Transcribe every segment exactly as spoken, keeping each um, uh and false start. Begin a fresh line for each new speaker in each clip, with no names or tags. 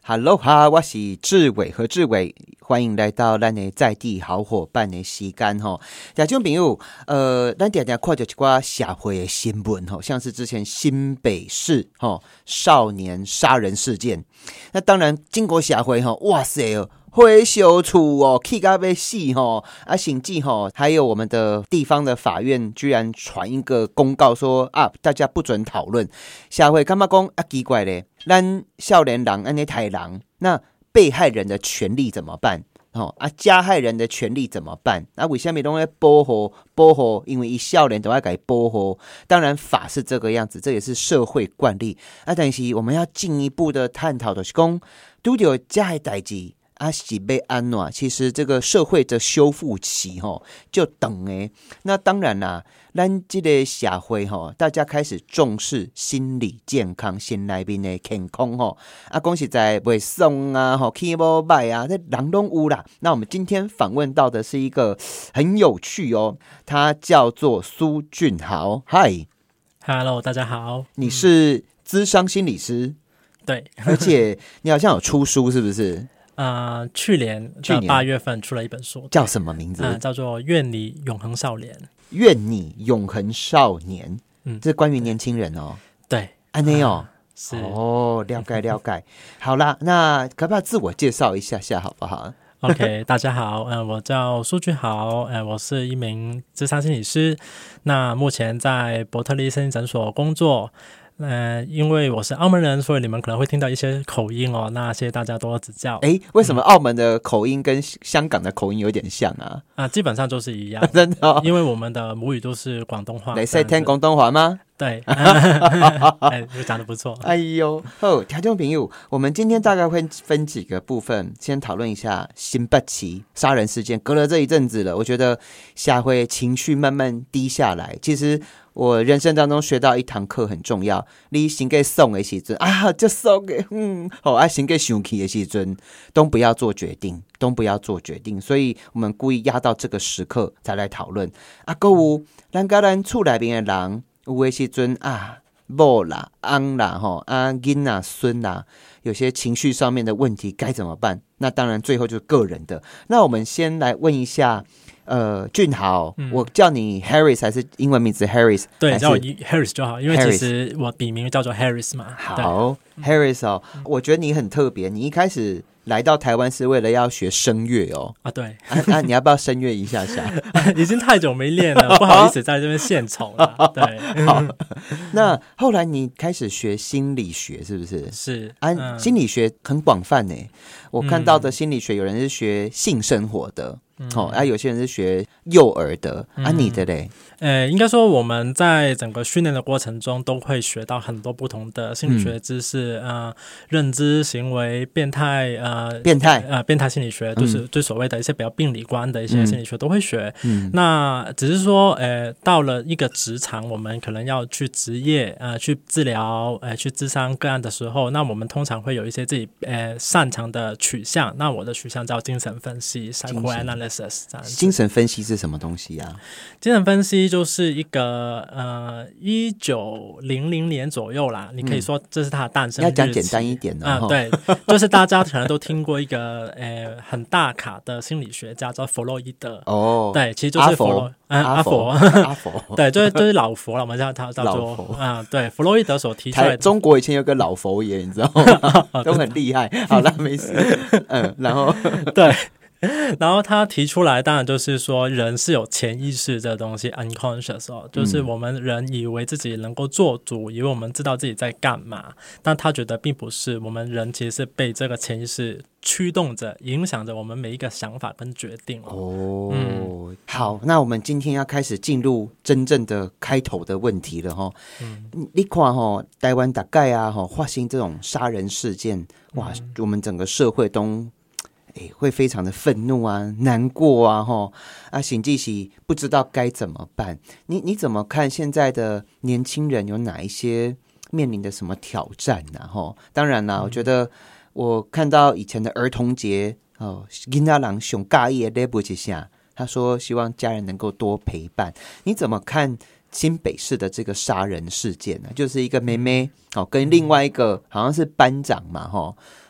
Hello 哈，我是志伟何志伟，欢迎来到咱的在地好伙伴的时间吼。听众朋友，呃，咱常常看到一寡社会的新闻吼，像是之前新北市吼少年杀人事件，那当然经过社会吼，哇塞哦。灰小处哦，气到要死吼啊！甚至吼，还有我们的地方的法院居然传一个公告说啊，大家不准讨论。社会干嘛讲啊？奇怪嘞，咱少年人安尼太人，那被害人的权利怎么办？哦啊，加害人的权利怎么办？啊，为什么都要保护保护？因为一少年都要给保护。当然法是这个样子，这也是社会惯例啊。但是我们要进一步的探讨的是讲，拄到这些代志。啊，是被安怎？其实这个社会的修复期吼就等诶。那当然啦，咱这个社会吼，大家开始重视心理健康、心内面的健康吼。啊，讲实在袂爽啊，吼，气无歹啊，这人拢有啦。那我们今天访问到的是一个很有趣哦，他叫做苏俊豪。嗨
，Hello， 大家好。
你是諮商心理師，
对，
而且你好像有出書，是不是？
呃，去年的八月份出了一本书，
叫什么名字？
呃、叫做《愿你永恒少年》。
愿你永恒少年，
嗯，
这是关于年轻人哦。
对，
安内哦，
是
哦，了解了解。好啦，那可不可以自我介绍一下下，好不好
？OK， 大家好，呃，我叫苏俊豪，呃，我是一名諮商心理师，那目前在伯特利森林诊所工作。呃，因为我是澳门人，所以你们可能会听到一些口音哦。那谢谢大家多指教。
哎，为什么澳门的口音跟香港的口音有点像啊？
啊，基本上就是一样，
真的、哦，
因为我们的母语都是广东话。
你识听广东话吗？
对，哎，讲得不错。
哎呦，哦，听众朋友，我们今天大概会分几个部分，先讨论一下新北市杀人事件。隔了这一阵子了，我觉得社会情绪慢慢低下来。其实我人生当中学到一堂课很重要，你心给爽的时阵啊，就爽的，嗯，好啊，心给生气的时阵，都不要做决定，都不要做决定。所以我们故意压到这个时刻才来讨论。啊，还有咱跟咱厝内边的人。有的时阵啊，某啦、翁啦、吼啊、囡啦、孙啦，有些情绪上面的问题该怎么办？那当然最后就是个人的。那我们先来问一下，呃，俊豪，嗯、我叫你 Harris 还是英文名字 Harris？
对，叫我 Harris 就好，因为其实我笔名叫做 Harris 嘛。
好 ，Harris 哦，嗯、我觉得你很特别，你一开始。来到台湾是为了要学声乐哦
啊，对
啊啊！你要不要声乐一下下？
已经太久没练了，不好意思在这边献丑了。对，
好。那后来你开始学心理学，是不是？
是
啊，嗯、心理学很广泛呢。我看到的心理学，有人是学性生活的，嗯、哦，啊，有些人是学幼儿的，嗯、啊，你的嘞？
呃，应该说我们在整个训练的过程中，都会学到很多不同的心理学知识，嗯、呃，认知行为、变态，呃，
变态，
呃，变态心理学，就是、嗯、就所谓的一些比较病理观的一些心理学都会学。嗯，那只是说，呃，到了一个职场，我们可能要去职业，呃，去治疗，呃，去諮商个案的时候，那我们通常会有一些自己呃擅长的取向。那我的取向叫精神分析 （psychoanalysis）。
精神分析是什么东西啊？
精神分析就是一个呃，一九零零年左右啦，你可以说这是它的诞生日期。
要讲简单一点
哦、嗯，对，就是大家可能都听过一个呃很大卡的心理学家叫弗洛伊德
哦，
对，其实就是弗洛
嗯阿佛
阿佛，对，就是就是老佛了，我们叫他叫做啊、嗯，对，弗洛伊德所提出来的。
中国以前有个老佛爷，你知道吗？都很厉害。好了，没事。嗯，然后
对。然后他提出来，当然就是说，人是有潜意识这个东西 ，unconscious 哦，就是我们人以为自己能够做主，以为我们知道自己在干嘛，但他觉得并不是，我们人其实是被这个潜意识驱动着，影响着我们每一个想法跟决定哦。
哦，嗯、好，那我们今天要开始进入真正的开头的问题了哈。嗯，你看哈，台湾大概啊哈发生这种杀人事件，哇，嗯、我们整个社会都。欸、会非常的愤怒啊，难过啊，吼啊，甚至是不知道该怎么办。你你怎么看现在的年轻人有哪一些面临的什么挑战呢、啊？吼，当然啦，我觉得我看到以前的儿童节哦，囡仔人上介意的礼物是啥？他说希望家人能够多陪伴。你怎么看新北市的这个杀人事件呢？就是一个妹妹哦，跟另外一个好像是班长嘛，吼。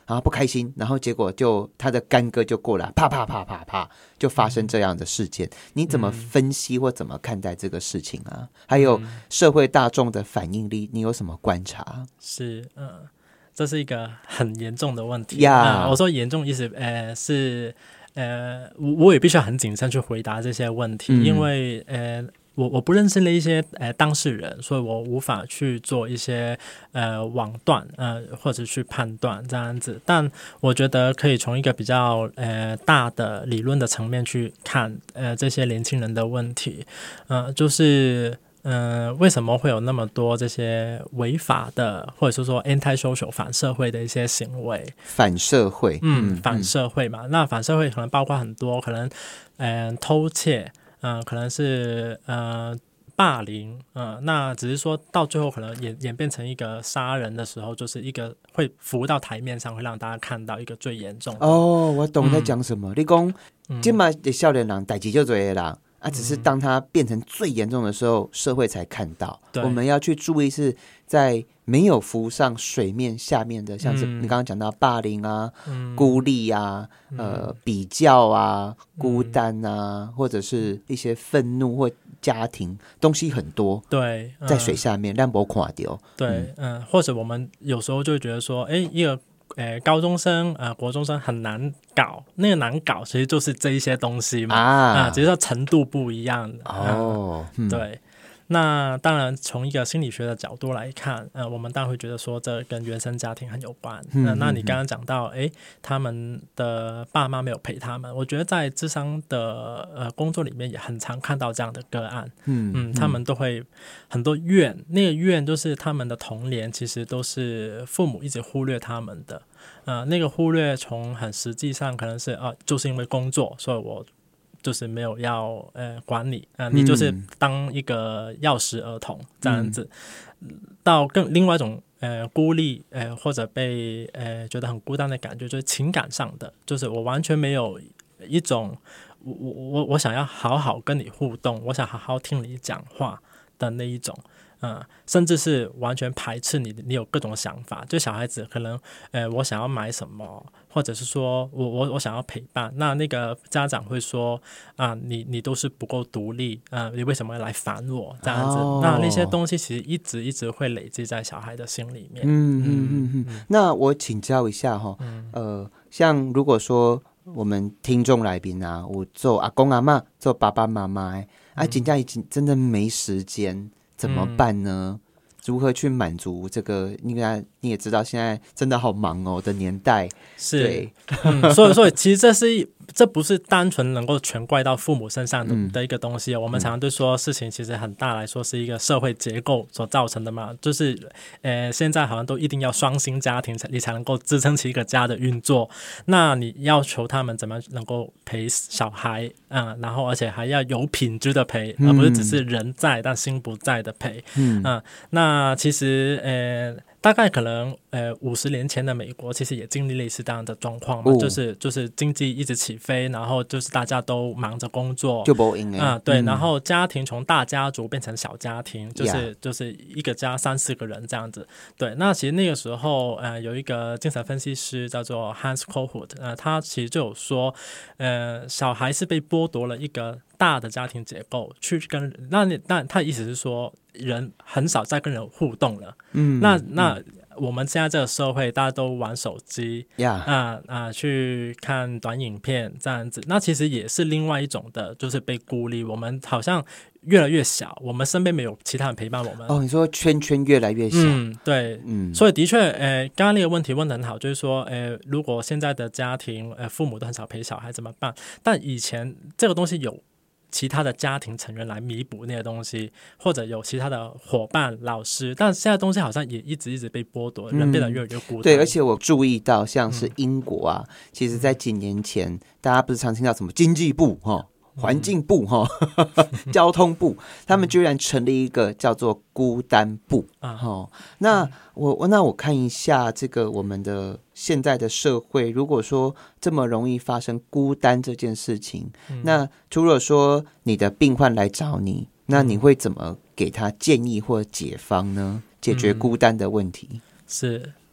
然后不开心，然后结果就他的干哥就过来，啪啪啪啪啪，就发生这样的事件。你怎么分析或怎么看待这个事情啊？还有社会大众的反应力，你有什么观察？
是，嗯，这是一个很严重的问题
呀、
嗯。我说严重意思，呃，是呃，我也必须要很谨慎去回答这些问题，嗯、因为呃。我我不认识那一些呃当事人，所以我无法去做一些呃网断呃或者去判断这样子。但我觉得可以从一个比较呃大的理论的层面去看呃这些年轻人的问题，呃就是嗯、呃、为什么会有那么多这些违法的或者是说 anti-social 反社会的一些行为？
反社会，
嗯，反社会嘛，嗯、那反社会可能包括很多，可能嗯、呃、偷窃。嗯、呃，可能是呃霸凌，嗯、呃，那只是说到最后可能演演变成一个杀人的时候，就是一个会浮到台面上，会让大家看到一个最严重的。
哦，我懂在讲什么。嗯、你讲，今嘛的少年人代志就多的啦，啊，只是当他变成最严重的时候，社会才看到。我们要去注意是在没有浮上水面下面的，像是你刚刚讲到霸凌啊、嗯、孤立啊、呃比较啊、孤单啊，或者是一些愤怒或家庭东西很多。
对，
嗯、在水下面让没看到。
对，嗯、呃，或者我们有时候就会觉得说，哎，一个呃高中生呃国中生很难搞，那个难搞其实就是这一些东西嘛啊、呃，只是说程度不一样。哦，嗯、对。那当然，从一个心理学的角度来看，呃，我们当然会觉得说这跟原生家庭很有关。嗯呃、那你刚刚讲到，哎，他们的爸妈没有陪他们，我觉得在諮商的呃工作里面也很常看到这样的个案。嗯嗯，他们都会很多怨，那个怨就是他们的童年其实都是父母一直忽略他们的。呃，那个忽略从很实际上可能是啊、呃，就是因为工作，所以我。就是没有要呃管你，呃，你就是当一个钥匙儿童这样子，嗯、到更另外一种呃孤立呃或者被呃觉得很孤单的感觉，就是情感上的，就是我完全没有一种我我我想要好好跟你互动，我想好好听你讲话的那一种。嗯，甚至是完全排斥你，你有各种想法。就小孩子可能，呃，我想要买什么，或者是说我我我想要陪伴，那那个家长会说啊，你你都是不够独立啊、呃，你为什么要来烦我这样子？哦、那那些东西其实一直一直会累积在小孩的心里面。
嗯嗯嗯嗯。那我请教一下哈，嗯、呃，像如果说我们听众来宾啊，我做阿公阿嬷，做爸爸妈妈，啊，真正已经真的没时间。怎么办呢？嗯、如何去满足这个？应该你也知道，现在真的好忙哦的年代，
是，
对，
嗯、所以所以其实这是这不是单纯能够全怪到父母身上 的,、嗯、的一个东西。我们常常就说事情其实很大来说是一个社会结构所造成的嘛，就是呃现在好像都一定要双薪家庭才你才能够支撑起一个家的运作。那你要求他们怎么能够陪小孩啊、嗯，然后而且还要有品质的陪，而不是只是人在但心不在的陪。嗯，嗯那其实呃。大概可能呃五十年前的美国其实也经历类似这样的状况嘛，哦、就是就是经济一直起飞，然后就是大家都忙着工作，
就不赢
啊、呃、对、嗯，然后家庭从大家族变成小家庭，就是、yeah. 就是一个家三四个人这样子。对，那其实那个时候呃有一个精神分析师叫做 Hans Kohut， 呃他其实就有说，呃小孩是被剥夺了一个大的家庭结构去跟那那他的意思是说人很少再跟人互动了，嗯，那那、嗯、我们现在这个社会大家都玩手机，呀、yeah. 啊啊去看短影片这样子，那其实也是另外一种的，就是被孤立。我们好像越来越小，我们身边没有其他人陪伴我们。
哦，你说圈圈越来越小，
嗯，对，嗯，所以的确，呃，刚刚那个问题问得很好，就是说，呃，如果现在的家庭，呃，父母都很少陪小孩怎么办？但以前这个东西有其他的家庭成员来弥补那些东西，或者有其他的伙伴、老师，但现在东西好像也一直一直被剥夺，人变得越来越孤单。
对，而且我注意到，像是英国啊，嗯、其实在几年前，大家不是常听到什么经济部哈、环境部哈、交通部，他们居然成立一个叫做孤单部啊。哈，那我那我看一下这个我们的现在的社会，如果说这么容易发生孤单这件事情，嗯、那除了说你的病患来找你，那你会怎么给他建议或解方呢？解决孤单的问题？
是。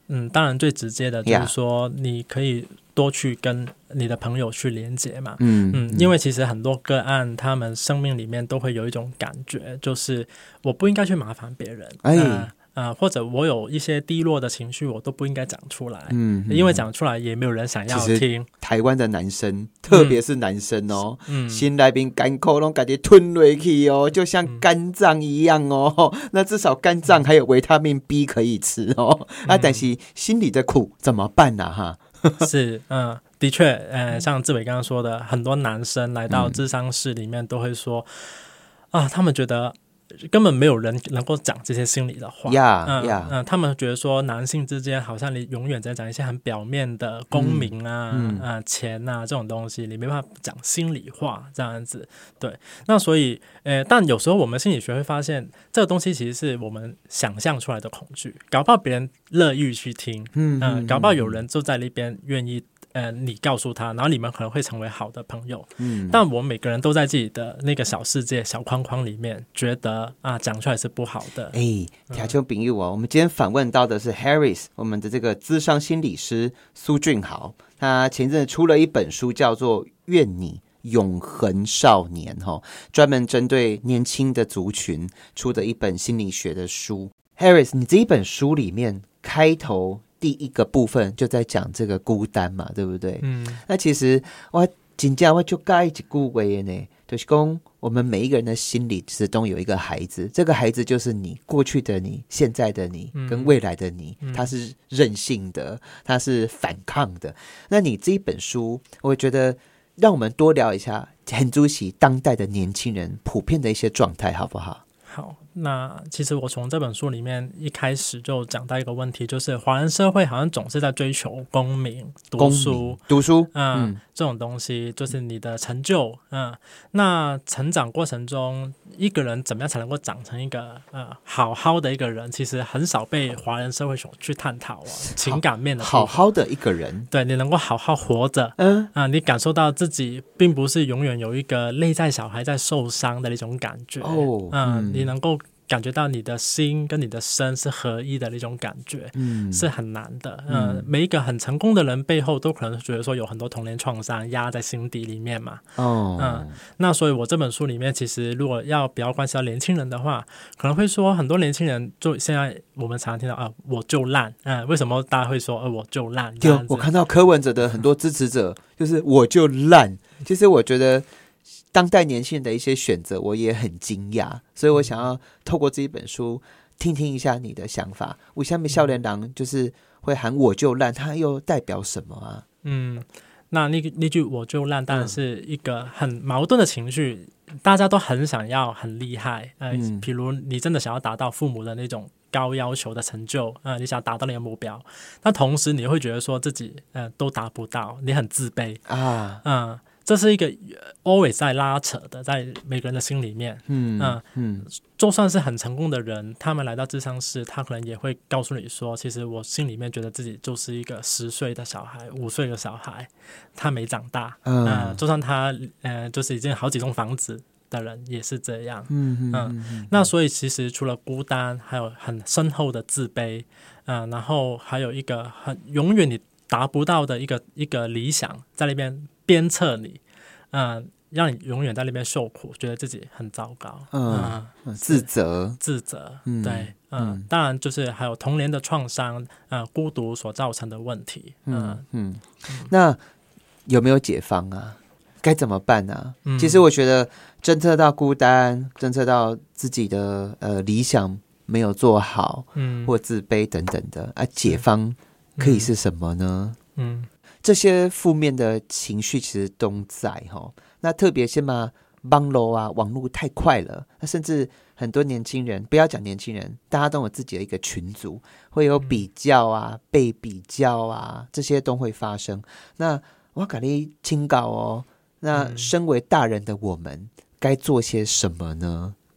嗯，当然最直接的就是说，你可以多去跟你的朋友去连结嘛。嗯嗯，因为其实很多个案，他们生命里面都会有一种感觉，就是我不应该去麻烦别人。哎。呃呃，或者我有一些低落的情绪，我都不应该讲出来，嗯，因为讲出来也没有人想要听。
台湾的男生，特别是男生哦，嗯，心内面干口都感觉吞下去哦，就像肝脏一样哦。嗯、那至少肝脏还有维他命 B 可以吃哦。嗯、啊，但是心里的苦怎么办呢、啊？
哈，是，嗯，的确，呃，像志伟刚刚说的，很多男生来到諮商室里面都会说，嗯、啊，他们觉得。根本没有人能够讲这些心里的话，
yeah, 嗯 yeah.
嗯，他们觉得说男性之间好像你永远在讲一些很表面的功名啊、嗯嗯呃、钱啊这种东西，你没办法讲心里话这样子。对，那所以呃，但有时候我们心理学会发现，这个东西其实是我们想象出来的恐惧，搞不好别人乐意去听，嗯、呃，搞不好有人就在那边愿意。呃，你告訴他，然後你們可能會成為好的朋友。嗯，但我們每個人都在自己的那個小世界、小框框裡面，覺得啊，講出來是不好的。
哎，聽眾朋友啊，我們今天訪問到的是 Harris， 我們的這個諮商心理師蘇俊豪，他前陣出了一本書，叫做《願你永恆少年》哈，專門針對年輕的族群出的一本心理學的書。Harris， 你這一本書裡面開頭。第一個部分就在講這個孤單嘛，對不對？嗯，那其實我真的我就介一句話呢，就是說我們每一個人的心裡其實都有一個孩子，這個孩子就是你過去的你、現在的你跟未來的你，嗯、他是任性的，他是反抗的。那你這一本書，我覺得讓我們多聊一下很主席當代的年輕人普遍的一些狀態，好不好？
好，那其實我從這本書裡面一開始就講到一個問題，就是華人社會好像總是在追求功名、讀書、
讀書，
嗯，嗯這種東西就是你的成就，嗯，那成長過程中，一個人怎麼樣才能夠長成一個呃好好的一個人，其實很少被華人社會所去探討啊，情感面的
好好的一個人，
對，你能夠好好活着，嗯啊，你感受到自己並不是永遠有一個內在小孩在受傷的那種感覺，哦，嗯，你能夠感覺到你的心跟你的身是合一的那種感覺，嗯，是很難的。嗯、呃，每一個很成功的人背後都可能覺得說有很多童年創傷壓在心底裡面嘛。哦，嗯、呃，那所以我這本書裡面其實如果要比較關係到年輕人的話，可能會說很多年輕人就現在我們常常聽到啊，我就爛，嗯、呃，為什麼大家會說呃我就爛？
對，我看到柯文哲的很多支持者就是我就爛，其實我覺得。當代年輕人的一些選擇我也很驚訝，所以我想要透過這一本書聽聽一下你的想法。為什麼少年郎就是會喊我就爛，它又代表什麼啊？
嗯，那那那句我就爛當然是一個很矛盾的情緒，嗯、大家都很想要很厲害，呃，嗯、譬如你真的想要達到父母的那種高要求的成就，呃，你想達到那個目標，但同時你會覺得說自己呃都達不到，你很自卑啊，嗯。這是一個 always 在拉扯的，在每個人的心裡面，嗯嗯，嗯就算是很成功的人，他們來到諮商室，他可能也會告訴你說，其實我心裡面覺得自己就是一個十歲的小孩，五歲的小孩，他沒長大，嗯、呃，就算他呃就是已經好幾棟房子的人也是這樣，嗯嗯，嗯嗯那所以其實除了孤單，還有很深厚的自卑，嗯、呃，然後還有一個很永遠你達不到的一個一個理想在那邊鞭策你，嗯，讓你永遠在那邊受苦，覺得自己很糟糕，嗯，
嗯自責，
自責，嗯、對，嗯，嗯當然就是還有童年的創傷，嗯，孤獨所造成的問題，嗯
嗯，嗯那有沒有解方啊？該怎麼辦啊？嗯、其實我覺得偵測到孤單，偵測到自己的呃理想沒有做好，嗯，或自卑等等的啊，解方可以是什麼呢？嗯。嗯這些負面的情緒其實都在齁，那特別現在網絡啊，網絡太快了，那甚至很多年輕人，不要講年輕人，大家都有自己的一個群組，會有比較啊，被比較啊，這些都會發生。那我跟你請教哦，那身為大人的我們該做些什麼呢？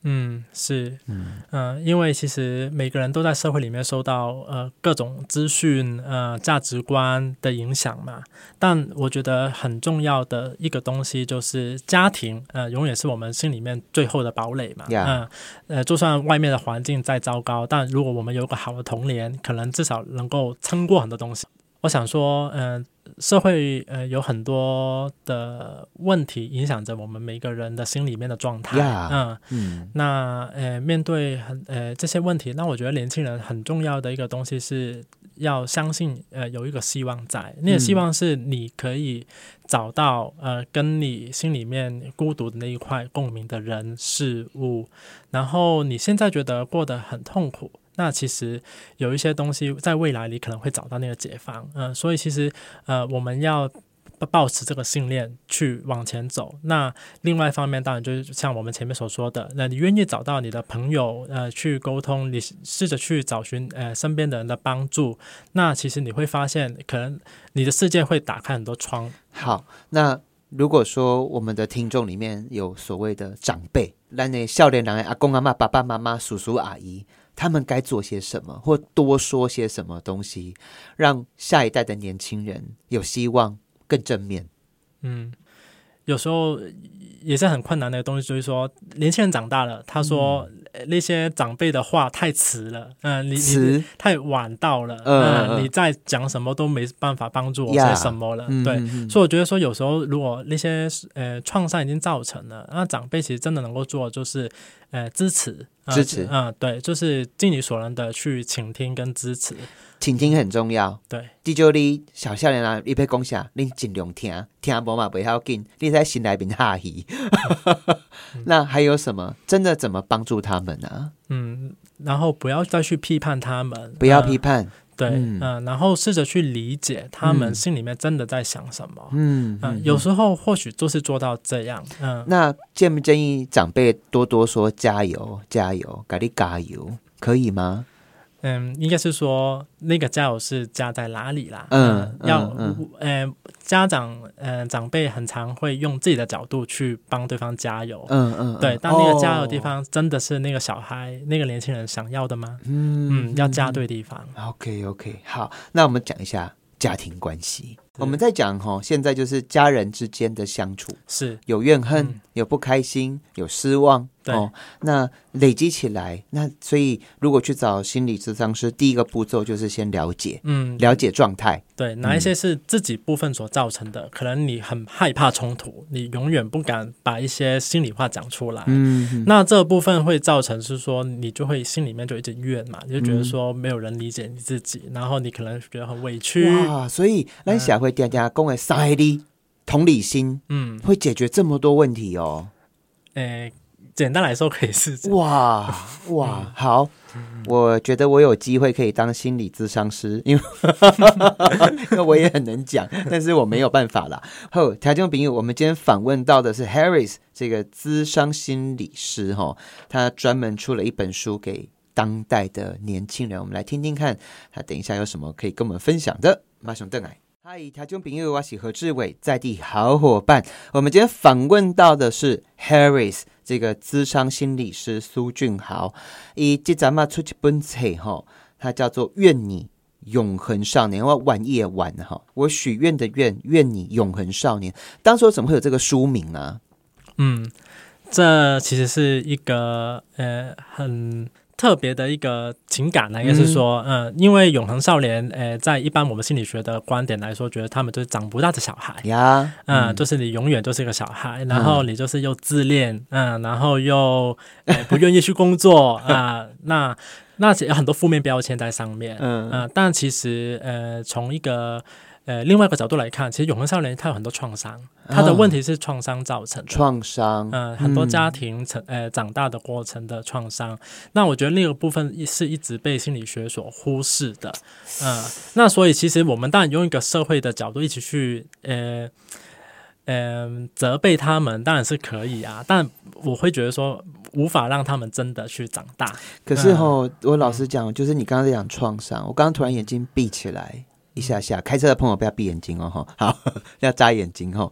嗯，是，嗯、呃，因为其实每个人都在社会里面受到呃各种资讯、呃价值观的影响嘛。但我觉得很重要的一个东西就是家庭，呃，永远是我们心里面最后的堡垒嘛。嗯、
yeah.
呃，呃，就算外面的环境再糟糕，但如果我们有个好的童年，可能至少能够撑过很多东西。我想说，嗯、呃，社会呃有很多的问题影响着我们每个人的心里面的状态。
Yeah.
嗯
嗯，
那呃面对很呃这些问题，那我觉得年轻人很重要的一个东西是要相信呃有一个希望在，那个希望是你可以找到呃跟你心里面孤独的那一块共鸣的人事物，然后你现在觉得过得很痛苦。那其实有一些东西在未来你可能会找到那个解放，嗯、呃，所以其实呃我们要抱持这个信念去往前走。那另外一方面当然就是像我们前面所说的，那你愿意找到你的朋友呃去沟通，你试着去找寻呃身边的人的帮助，那其实你会发现可能你的世界会打开很多窗。
好，那如果说我们的听众里面有所谓的长辈，咱的少年人的阿公阿嬷、爸爸妈妈、叔叔阿姨，他们该做些什么，或多说些什么东西，让下一代的年轻人有希望更正面？
嗯，有时候也是很困难的东西，就是说年轻人长大了，他说、嗯、那些长辈的话太迟了，嗯、呃，你你太晚到了，嗯、呃呃，你再讲什么都没办法帮助我些什么了， yeah, 对、嗯，所以我觉得说有时候如果那些呃创伤已经造成了，那长辈其实真的能够做的就是呃支持。
支持，
嗯、呃，对，就是尽你所能的去倾听跟支持，
倾听很重要。
对，
至少你小少年啊，你要讲啥，你尽量听，听无嘛不要紧，你在心内面哈气。那还有什么？真的怎么帮助他们啊？
嗯，然后不要再去批判他们，
不要批判。呃
对，嗯、呃，然后试着去理解他们心里面真的在想什么，嗯，呃、嗯有时候或许就是做到这样，嗯、呃。
那建不建议长辈多多说加油、加油，给你加油，可以吗？
嗯，应该是说那个加油是加在哪里啦？嗯，呃、要嗯呃家长呃长辈很常会用自己的角度去帮对方加油，嗯嗯，对，但那个加油的地方真的是那个小孩、哦、那个年轻人想要的吗？嗯嗯，要加对地方。
OK OK， 好，那我们讲一下家庭关系。我们在讲齁，现在就是家人之间的相处，
是
有怨恨、嗯、有不开心，有失望，
对、
哦，那累积起来，那所以如果去找心理咨商师，第一个步骤就是先了解，嗯，了解状态，
对，哪一些是自己部分所造成的、嗯、可能你很害怕冲突，你永远不敢把一些心里话讲出来，嗯，那这部分会造成是说你就会心里面就一直怨嘛，你就觉得说没有人理解你自己、嗯、然后你可能觉得很委屈，
哇，所以咱社会常常讲的三个理，同理心，嗯，会解决这么多问题哦。
诶，简单来说可以是这样。
哇哇、嗯，好，我觉得我有机会可以当心理咨商师，因为因为我也很能讲，但是我没有办法啦。好，听众朋友，我们今天访问到的是 Harris 这个咨商心理师，他专门出了一本书给当代的年轻人，我们来听听看他等一下有什么可以跟我们分享的。马上回来。嗨，听众朋友，我是何志伟，在地好伙伴。我们今天访问到的是 Harris 这个諮商心理師蘇俊豪，他這陣嘛出一本冊，它叫做《願你永恆少年》，我晚夜晚我許願的願，願你永恆少年。當初怎麼會有這個書名呢？
嗯，這其實是一個呃很特別的一個情感呢，應該是說，嗯、呃，因為永恆少年，呃，在一般我們心理學的觀點來說，覺得他們就是長不大的小孩，呀、yeah, 呃，嗯，就是你永遠就是一個小孩，然後你就是又自戀，嗯、呃，然後又、呃、不願意去工作，啊、呃，那那有很多負面標籤在上面，嗯、呃，但其實，呃，從一個呃，另外一個角度來看，其實永恆少年他有很多創傷，他的問題是創傷造成的，
創傷，
呃，很多家庭成、嗯、呃長大的過程的創傷。那我覺得另一個部分是一直被心理學所忽視的，呃，那所以其實我們當然用一個社會的角度一起去，呃，呃，責備他們當然是可以啊，但我會覺得說無法讓他們真的去長大。
可是齁、嗯，我老實講，就是你剛剛在講創傷，我剛剛突然眼睛閉起來。一下下開車的朋友不要閉眼睛哦，好，要眨眼睛哦。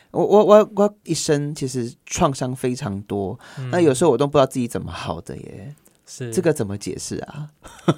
我我我我一生其实创伤非常多，嗯、那有时候我都不知道自己怎么好的耶。
是
这个怎么解释啊？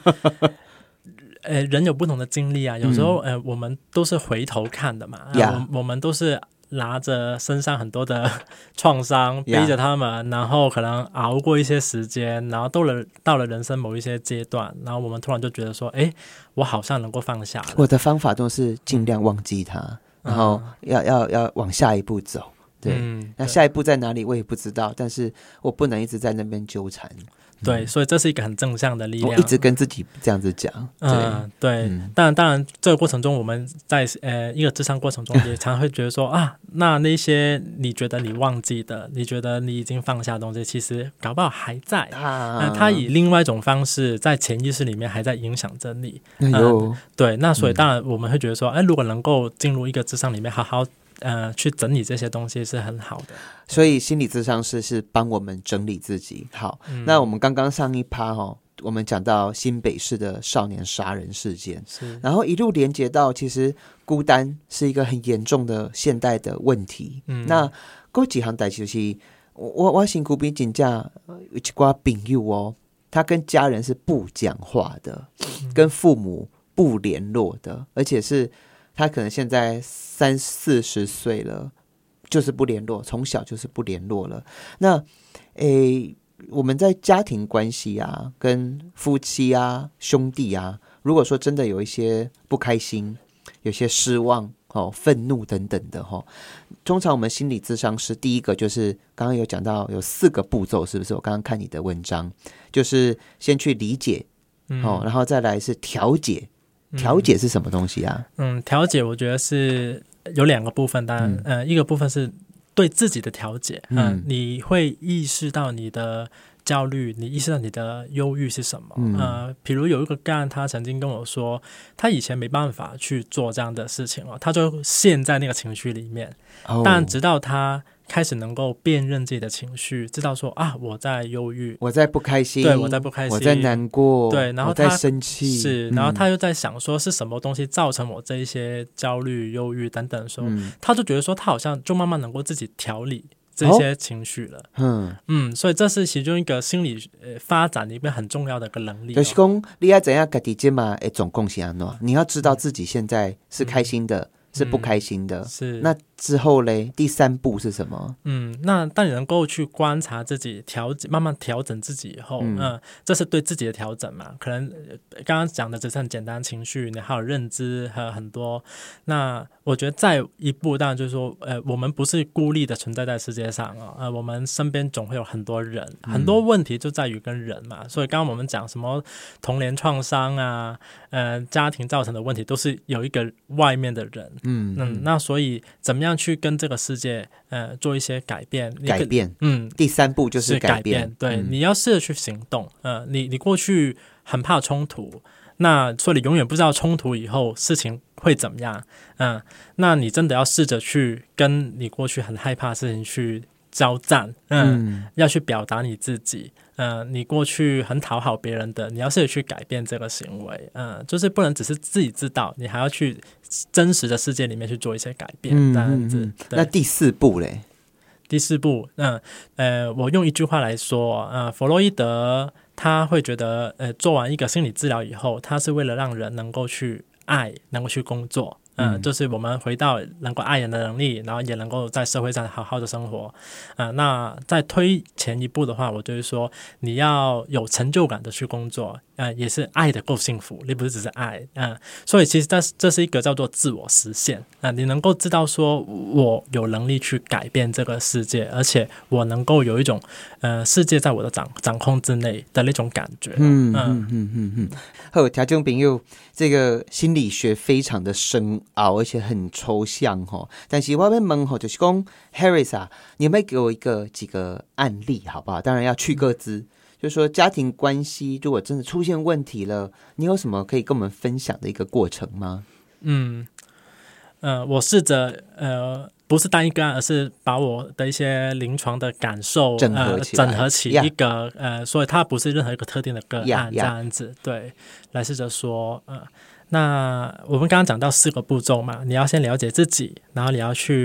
呃，人有不同的经历啊，有时候、嗯、呃，我们都是回头看的嘛，
yeah.
呃、我, 我们都是拿着身上很多的创伤，背着他们， yeah. 然后可能熬过一些时间，然后到了到了人生某一些阶段，然后我们突然就觉得说，哎，我好像能够放下了。
我的方法都是尽量忘记它，嗯、然后要要要往下一步走。对，嗯、那下一步在哪里我也不知道，但是我不能一直在那边纠缠。
对，所以这是一个很正向的力量。
我一直跟自己这样子讲。
嗯，对。嗯、当然，当然，这个过程中，我们在呃一个諮商過程中，也常會覺得說啊，那那些你覺得你忘記的，你覺得你已經放下的東西，其實搞不好還在。啊，那它以另外一種方式，在潛意識裡面還在影響着你。
哎呦、嗯，
對，那所以當然我們會覺得說，哎，如果能夠進入一個諮商裡面，好好。呃，去整理這些東西是很好的，
所以心理諮商師是幫我們整理自己。好，嗯、那我們剛剛上一趴哦，我們講到新北市的少年殺人事件，是，然後一路連接到其實孤單是一個很嚴重的現代的問題。嗯，那還有幾項代誌就是我我身邊真正有一掛朋友哦，他跟家人是不講話的，嗯、跟父母不聯絡的，而且是他可能現在三四十歲了，就是不聯絡，從小就是不聯絡了。那誒，我們在家庭關係啊，跟夫妻啊、兄弟啊，如果說真的有一些不開心、有些失望、哦、憤怒等等的、哦、通常我們心理諮商師第一個就是剛剛有講到有四個步驟，是不是？我剛剛看你的文章，就是先去理解，嗯哦、然後再來是調解。調解是什麼東西啊？
嗯，調解我覺得是有兩個部分，當然、嗯呃，一個部分是對自己的調解，嗯、呃，你會意識到你的焦慮，你意識到你的憂鬱是什麼？嗯，呃，譬如有一個個案，他曾經跟我說，他以前沒辦法去做這樣的事情哦，他就陷在那個情緒裡面，哦、但直到他開始能夠辨認自己的情緒，知道說啊，我在憂鬱，
我在不開心，
對，我在不開心，
我在難過，
對，然後他
我在生氣，
是，然後他又在想說是什麼東西造成我這一些焦慮、憂鬱等等說，說、嗯、他就覺得說他好像就慢慢能夠自己調理這些情緒了，哦、嗯嗯，所以這是其中一個心理發展裡面很重要的一個能力、哦。
就是說你要怎樣自己這麼總共是怎樣，你要知道自己現在是開心的。嗯是不開心的、嗯、是那之後嘞，第三步是什麼？嗯，
那當你能夠去觀察自己，調慢慢調整自己以後，嗯、呃，這是對自己的調整嘛。可能剛剛講的只是很簡單情緒，你還有認知，還有很多。那我覺得再一步，當然就是說，呃，我們不是孤立的存在在世界上啊，呃，我們身邊總會有很多人，很多問題就在於跟人嘛。嗯、所以剛剛我們講什麼童年創傷啊，呃，家庭造成的問題，都是有一個外面的人。嗯嗯，那所以怎麼樣去跟這個世界呃做一些改變？
改變，嗯，第三步就是改變。
改變對、嗯，你要試着去行動。呃，你你過去很怕衝突，那所以你永遠不知道衝突以後事情會怎麼樣。嗯、呃，那你真的要試着去跟你過去很害怕的事情去交戰。嗯，嗯要去表達你自己。呃，你過去很討好別人的，你要試着去改變這個行為。嗯、呃，就是不能只是自己知道，你還要去真實的世界裡面去做一些改變。嗯，這樣子。嗯、
那第四步嘞？
第四步，嗯、呃，呃，我用一句話來說，呃，弗洛伊德他會覺得，呃，做完一個心理治療以後，他是為了讓人能夠去愛，能夠去工作。嗯、呃，就是我們回到能夠愛人的能力，然後也能夠在社會上好好的生活。呃，那再推前一步的話，我就是說你要有成就感的去工作，呃，也是愛的夠幸福，你不是只是愛。嗯、呃，所以其實這這是一個叫做自我實現。啊、呃，你能夠知道說我有能力去改變這個世界，而且我能夠有一種，呃，世界在我的掌掌控之內的那種感覺。
嗯嗯嗯嗯嗯。好，聽眾朋友，這個心理學非常的深奧，而且很抽象哈。但是我要問哈，就是講 Harris 啊，你有沒有給我一個幾個案例，好不好？當然要去個資，就是說家庭關係如果真的出現問題了，你有什麼可以跟我們分享的一個過程嗎？
嗯，呃，我試着呃。不是單一個案，而是把我的一些臨床的感受
整合起來、
呃、整合起一個、yeah. 呃，所以它不是任何一個特定的個案
yeah, yeah.
這樣子，對，來試着說，呃，那我們剛剛講到四個步驟嘛，你要先了解自己，然後你要去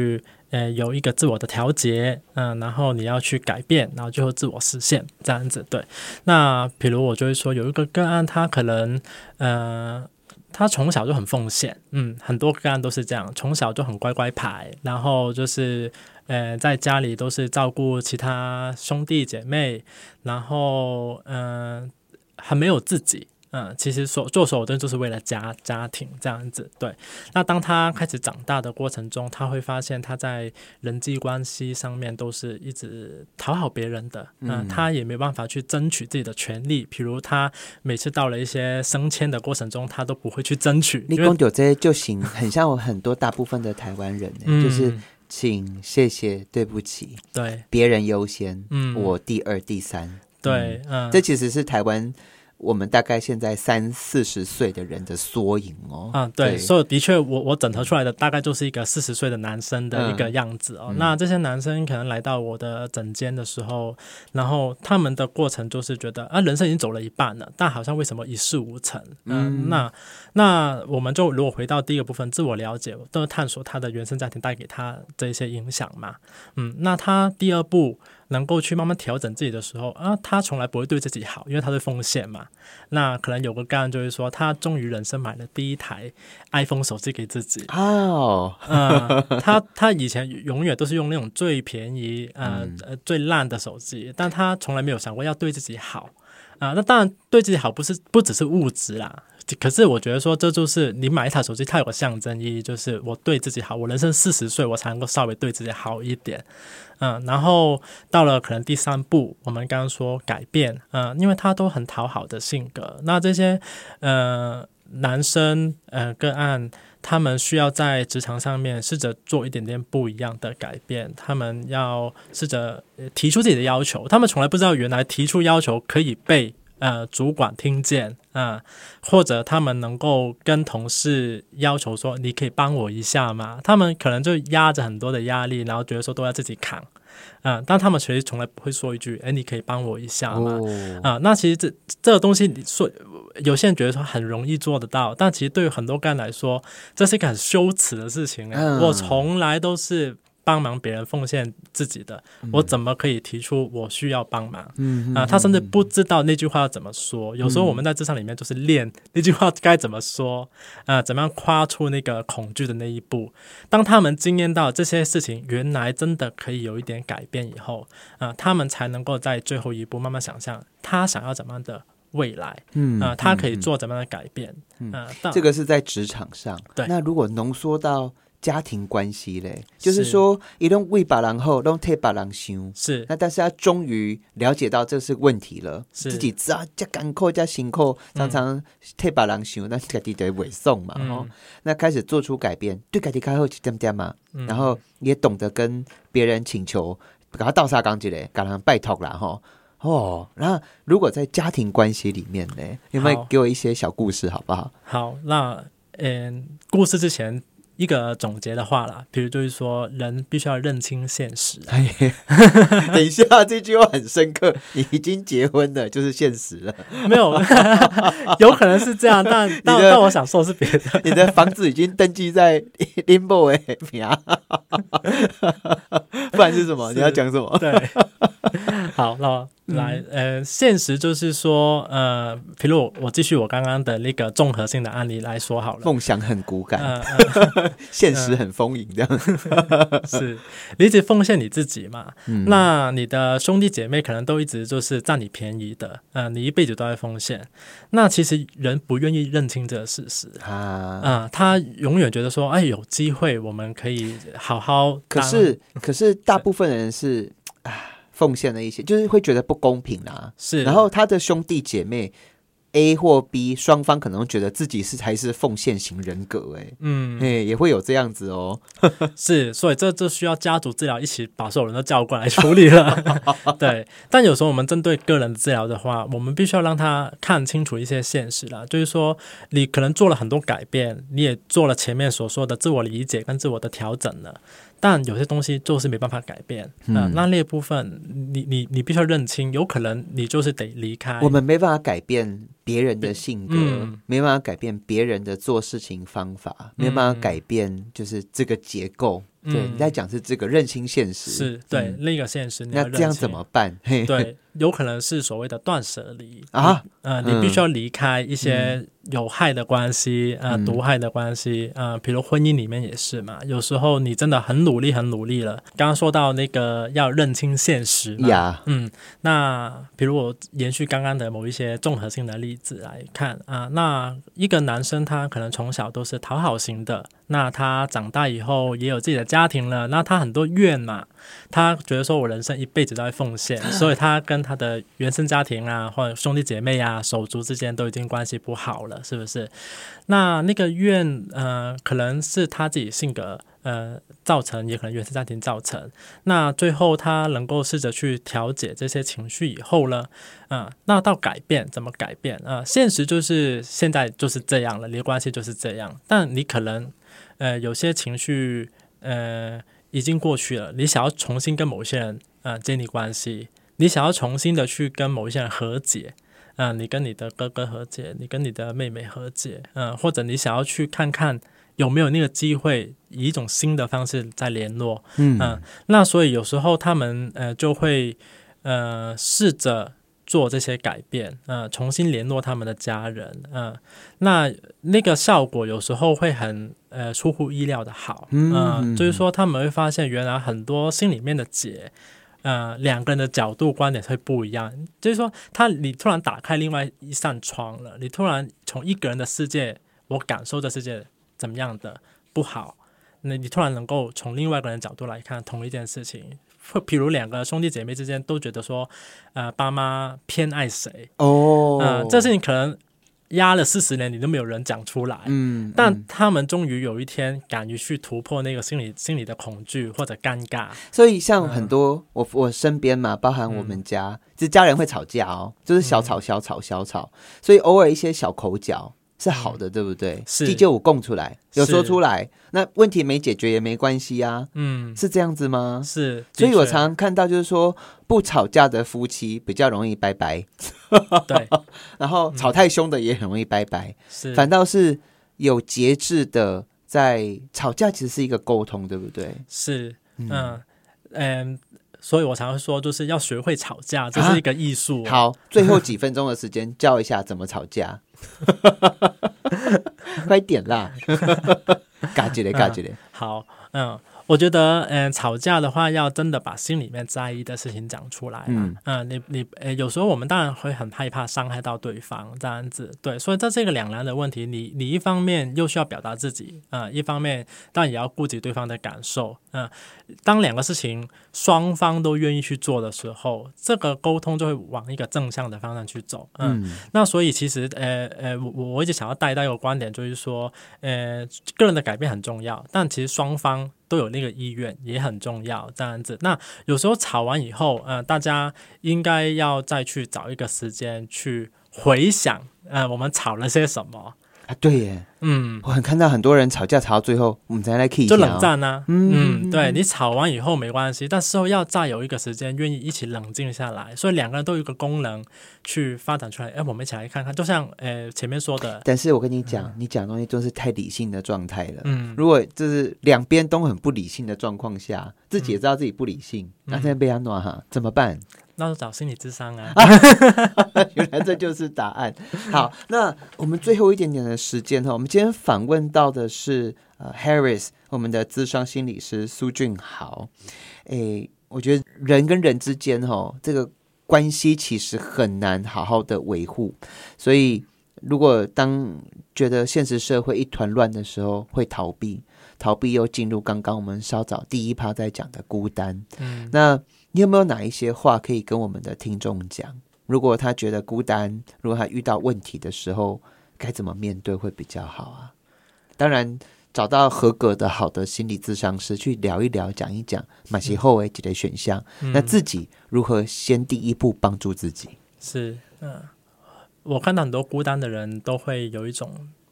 呃有一个自我的调节，嗯、呃，然后你要去改变，然后最后自我实现这样子。对，那比如我就会说有一个个案，他可能呃。他从小就很奉献，嗯，很多个案都是这样，从小就很乖乖牌，然后就是呃在家里都是照顾其他兄弟姐妹，然后嗯、呃、很没有自己。嗯，其实所做所有的就是为了家家庭这样子。对，那当他开始长大的过程中，他会发现他在人际关系上面都是一直讨好别人的，嗯、呃，他也没办法去争取自己的权利。比如他每次到了一些升迁的过程中，他都不会去争取。
你讲到这就行，很像我很多大部分的台湾人、欸嗯、就是请谢谢对不起，
对，
别人优先，
嗯，
我第二第三，
对，嗯，
这其实是台湾。我们大概现在三四十岁的人的缩影哦。
嗯，对，对，所以的确我我整合出来的大概就是一个四十岁的男生的一个样子哦、嗯。那这些男生可能来到我的诊间的时候，然后他们的过程就是觉得啊，人生已经走了一半了，但好像为什么一事无成？嗯，嗯那那我们就如果回到第一个部分，自我了解，都是探索他的原生家庭带给他这些影响嘛。嗯，那他第二步。能够去慢慢调整自己的时候啊，他从来不会对自己好，因为他是奉献嘛。那可能有个个案就会说，他终于人生买了第一台 iPhone 手机给自己哦。呃、他他以前永远都是用那种最便宜、呃嗯、最烂的手机，但他从来没有想过要对自己好啊、呃。那当然对自己好不是不只是物质啦。可是我觉得说，这就是你买一台手机，它有个象征意义，就是我对自己好，我人生四十岁，我才能够稍微对自己好一点，嗯，然后到了可能第三步，我们刚刚说改变，嗯，因为他都很讨好的性格，那这些呃男生呃个案，他们需要在职场上面试着做一点点不一样的改变，他们要试着提出自己的要求，他们从来不知道原来提出要求可以被。呃，主管听见，嗯、呃，或者他们能够跟同事要求说，你可以帮我一下吗？他们可能就压着很多的压力，然后觉得说都要自己扛，嗯、呃，但他们其实从来不会说一句，哎，你可以帮我一下吗？啊、哦呃，那其实这这个东西，你说有些人觉得说很容易做得到，但其实对于很多个人来说，这是一个很羞耻的事情。嗯、我从来都是。帮忙别人奉献自己的、嗯、我怎么可以提出我需要帮忙、嗯呃、他甚至不知道那句话要怎么说、嗯、有时候我们在职场里面就是练那句话该怎么说、呃、怎么样跨出那个恐惧的那一步，当他们经验到这些事情原来真的可以有一点改变以后、呃、他们才能够在最后一步慢慢想象他想要怎么样的未来、嗯呃、他可以做怎么样的改变、
嗯呃、这个是在职场上。对，那如果浓缩到家庭关系嘞，就是说他都为别人好，都替别人想，是那但是他终于了解到这是问题了，自己知道这艰苦这辛苦，常常替别人想，那自己就会委送嘛、嗯哦，那开始做出改变，对自己较好一点点嘛、嗯，然后也懂得跟别人请求，给他倒沙缸之类，给他拜托啦哈。哦，那如果在家庭关系里面呢，有没有给我一些小故事好不好？
好，那嗯，故事之前。一个总结的话啦，比如就是说人必须要认清现实、啊
哎、等一下这句话很深刻，你已经结婚了就是现实了。
没有有可能是这样，但但, 但我想说的是别的。
你的房子已经登记在林某的名不然是什么？你要讲什么？
对，好，那来、嗯、呃，现实就是说呃，比如我继续我刚刚的那个综合性的案例来说好了。
梦想很骨感、呃呃、现实很丰盈这样、
呃、是你一直奉献你自己嘛、嗯、那你的兄弟姐妹可能都一直就是占你便宜的、呃、你一辈子都在奉献，那其实人不愿意认清这个事实啊、呃，他永远觉得说哎，有机会我们可以好好，
可是可是大部分人是奉献了一些，就是会觉得不公平啊。是，然后他的兄弟姐妹 A 或 B 双方可能觉得自己是才是奉献型人格、欸，哎，嗯，哎，也会有这样子哦。
是，所以这这需要家族治疗一起把所有人都叫过来处理了。对，但有时候我们针对个人的治疗的话，我们必须要让他看清楚一些现实啦，就是说你可能做了很多改变，你也做了前面所说的自我理解跟自我的调整了。但有些东西就是没办法改变、嗯呃、那那部分你你你必须要认清，有可能你就是得离开。
我们没办法改变别人的性格、嗯、没办法改变别人的做事情方法、嗯、没办法改变就是这个结构、 对，你在讲是这个认清现实，
是对、嗯、另一个现实。
那这样怎么办？
对，有可能是所谓的断舍离
啊，
呃，你必须要离开一些有害的关系，嗯、呃，毒害的关系，呃，比如婚姻里面也是嘛。有时候你真的很努力，很努力了。刚刚说到那个要认清现实嘛，
yeah.
嗯，那比如我延续刚刚的某一些综合性的例子来看啊、呃，那一个男生他可能从小都是讨好型的。那他长大以后也有自己的家庭了，那他很多怨嘛，他觉得说我人生一辈子都在奉献，所以他跟他的原生家庭啊或者兄弟姐妹啊手足之间都已经关系不好了，是不是？那那个怨呃可能是他自己性格呃造成，也可能原生家庭造成。那最后他能够试着去调节这些情绪以后呢，呃、那到改变怎么改变？呃，现实就是现在就是这样了，你的关系就是这样，但你可能呃，有些情绪呃已经过去了，你想要重新跟某些人呃建立关系，你想要重新的去跟某一些人和解，呃，你跟你的哥哥和解，你跟你的妹妹和解，呃，或者你想要去看看有没有那个机会以一种新的方式再联络，嗯、呃，那所以有时候他们呃就会呃试着做这些改变，呃，重新联络他们的家人，呃，那那个效果有时候会很呃出乎意料的好，嗯、呃，就是说他们会发现原来很多心里面的结，呃，两个人的角度观点会不一样，就是说他你突然打开另外一扇窗了，你突然从一个人的世界，我感受这世界怎么样的不好，那你突然能够从另外一个人的角度来看同一件事情。比如两个兄弟姐妹之间都觉得说，呃，爸妈偏爱谁哦，呃，这事情可能压了四十年，你都没有人讲出来，嗯，但他们终于有一天敢于去突破那个心理心理的恐惧或者尴尬。
所以像很多、嗯、我我身边嘛，包含我们家，就、嗯、家人会吵架哦，就是小吵小吵小吵，嗯、所以偶尔一些小口角是好的，嗯、对不对？是地就我供出来，有说出来，那问题没解决也没关系啊。嗯，是这样子吗？
是，
所以我常常看到就是说，不吵架的夫妻比较容易拜拜，
对，然
后吵太凶的也很容易拜拜，是、嗯，反倒是有节制的在吵架，其实是一个沟通，对不对？
是，嗯嗯。所以我常会说就是要学会吵架，这是一个艺术、哦啊、
好，最后几分钟的时间教一下怎么吵架快点啦嘎叽嘞嘎叽嘞、嗯、
好，嗯，我觉得嗯，吵架的话要真的把心里面在意的事情讲出来，嗯嗯，你你呃，有时候我们当然会很害怕伤害到对方这样子，对，所以这是一个两难的问题，你你一方面又需要表达自己，呃，一方面当然也要顾及对方的感受，嗯、呃，当两个事情双方都愿意去做的时候，这个沟通就会往一个正向的方向去走，呃、嗯，那所以其实呃呃，我我一直想要带到一个观点，就是说，呃，个人的改变很重要，但其实双方都有那个意愿也很重要，这样子。那有时候吵完以后，呃，大家应该要再去找一个时间去回想，呃，我们吵了些什么。
啊，对耶，嗯，我很看到很多人吵架吵到最后，我们才来 key
就冷战啊，嗯, 嗯对，你吵完以后没关系，但事后要再有一个时间愿意一起冷静下来，所以两个人都有一个功能去发展出来，哎，我们一起来看看，就像呃前面说的，
但是我跟你讲，嗯、你讲的东西都是太理性的状态了，嗯，如果就是两边都很不理性的状况下，自己也知道自己不理性，嗯、那现在被他弄哈怎么办？
那就找心理咨商啊
原来这就是答案。好，那我们最后一点点的时间，我们今天访问到的是、呃、Harris 我们的咨商心理师苏俊豪。诶，我觉得人跟人之间这个关系其实很难好好的维护，所以如果当觉得现实社会一团乱的时候，会逃避逃避又进入刚刚我们稍早第一趴在讲的孤单、嗯、那你有没有哪一些话可以跟我们的听众讲？如果他觉得孤单，如果他遇到问题的时候，该怎么面对会比较好啊？当然，找到合格的好的心理咨商师去聊一聊、讲一讲，嘛是好的几类选项、嗯。那自己如何先第一步帮助自己？
是，嗯，我看到很多孤单的人都会有一种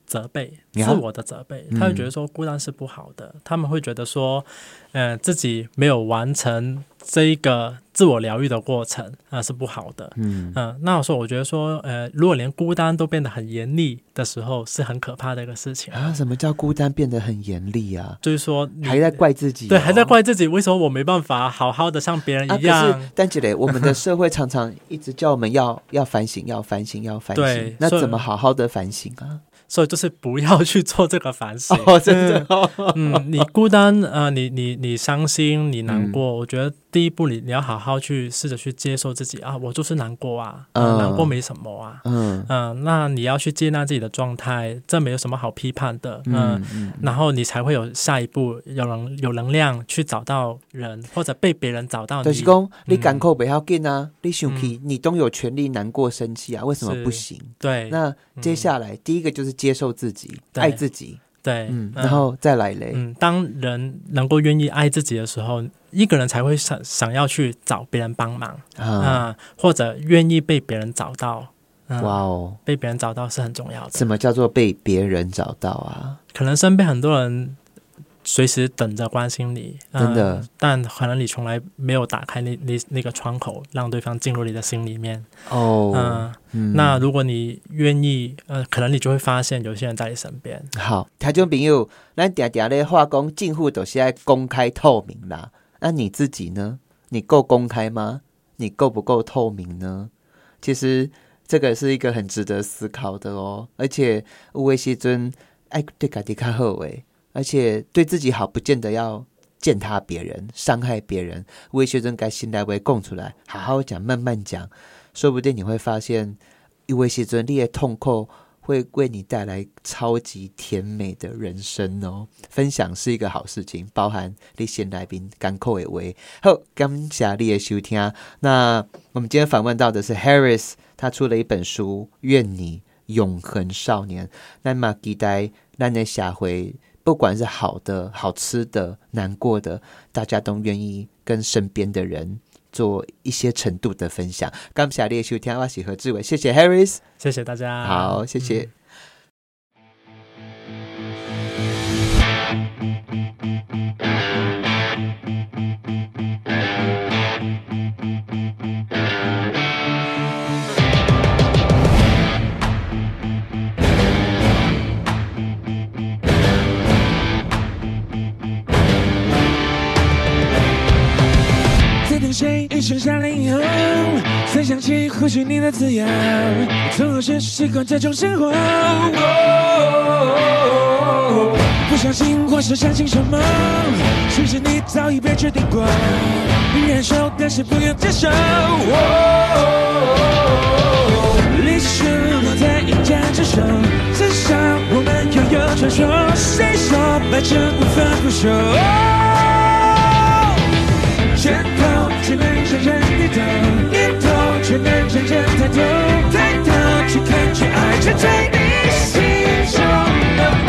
责备，自我的责备，他会觉得说孤单是不好的，嗯、他们会觉得说，呃，自己没有完成这一个自我疗愈的过程啊、呃、是不好的。嗯嗯、呃，那我说，我觉得说，呃，如果连孤单都变得很严厉的时候，是很可怕的一个事情
啊。什么叫孤单变得很严厉啊？
就是说
还在怪自己、哦，
对，还在怪自己，为什么我没办法好好的像别人一样？啊、
可是但姐嘞，我们的社会常常一直叫我们要要反省，要反省，要反省。对，那怎么好好的反省啊？
所以就是不要去做这个反省。
哦，真的、哦。
嗯，你孤单，呃，你你你伤心，你难过，嗯、我觉得第一步你你要好好去试着去接受自己啊，我就是难过啊，嗯、难过没什么啊，嗯嗯、呃，那你要去接纳自己的状态，这没有什么好批判的，呃、嗯嗯，然后你才会有下一步，有能有能量去找到人，或者被别人找到你。
就是说，你感受不要紧啊，嗯、你生气，你都有权利难过、生气啊，为什么不行？
对，
那接下来、嗯、第一个就是接受自己，爱自己。
对，
嗯，然后再来嘞。
嗯，当人能够愿意爱自己的时候，一个人才会想想要去找别人帮忙啊、呃，或者愿意被别人找到。呃、哇哦，被别人找到是很重要的。
什么叫做被别人找到啊？
可能身边很多人随时等着关心你，
真的、呃，
但可能你从来没有打开那那那个窗口，让对方进入你的心里面。
哦，
呃、嗯，那如果你愿意，呃，可能你就会发现有些人在你身边。
好，听众朋友，咱常常咧话讲，政府都是要公开透明啦。那你自己呢？你够公开吗？你够不够透明呢？其实这个是一个很值得思考的哦。而且有的时阵爱对自己较好诶。而且对自己好不见得要践踏别人伤害别人，有些时候该心内话讲出来，好好讲，慢慢讲，说不定你会发现有些时候你的痛苦会为你带来超级甜美的人生哦。分享是一个好事情，包含你先来宾甘苦的话。好，感谢你的收听。那我们今天访问到的是 Harris， 他出了一本书《愿你永恒少年》。那么期待咱的社会不管是好的、好吃的、难过的，大家都愿意跟身边的人做一些程度的分享。感谢你的收听，我是何志伟，谢谢 Harris，
谢谢大家。
好，谢谢。嗯
谁一声下令以后，才想起或许你的字样，从何时习惯这种生活、哦、不相信或是相信什么，其实你早已被决定过，你忍受但是不愿接受、哦、历史都在迎战之手，至少我们拥有传说，谁说白真无法不朽、哦，拳头只能深深低头，念头却能真正抬头，抬头去看去爱，沉醉你心中的梦。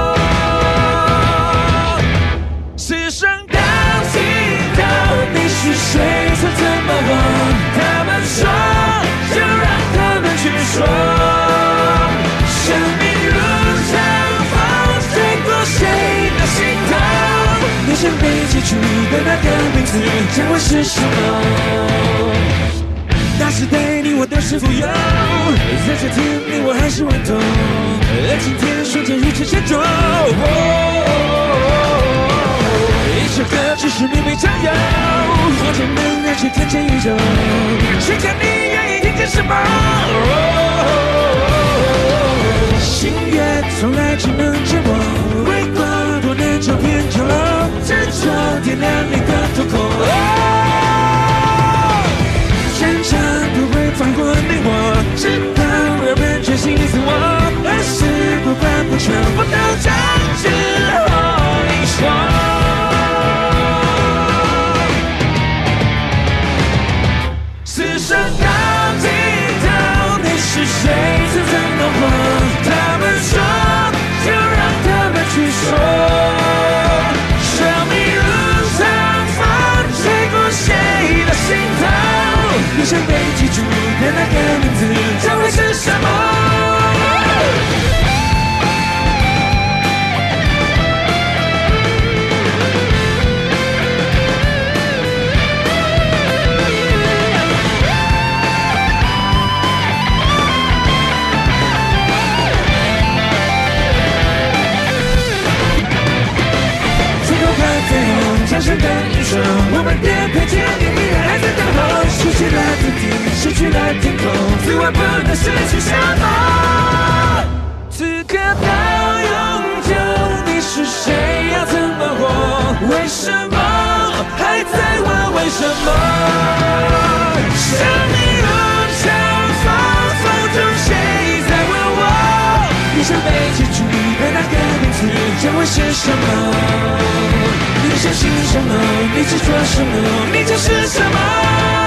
世上到尽头，你是谁？曾怎么忘？他们说，就让他们去说。生命如长风，吹过谁的心头？你想被记住的那个名字将会是什么？那是对你我都是富有，在这天你我还是顽童，而今天瞬间如此沉重、哦、一首歌只是明媚唱游，我只能让去看见宇宙，去看你愿意听见什么、哦、心愿从来只能折磨，微光多能照遍角落，执着点亮你的瞳孔、哦，战场不会放过你我，直到人们决心自我，而是不管不全部都将之后你说。此生到尽头，你是谁？曾怎么活？他们说，就让他们去说。生命。 生的一瞬，我们颠沛天地依然还在等候。失去了土地，失去了天空，此外不能失去什么。此刻到永久，你是谁？要怎么活？为什么还在问为什么？生命如潮，风风中谁在问我？你想被记住的那个名字将会是什么？你相信什么？你执着什么？你就是什么？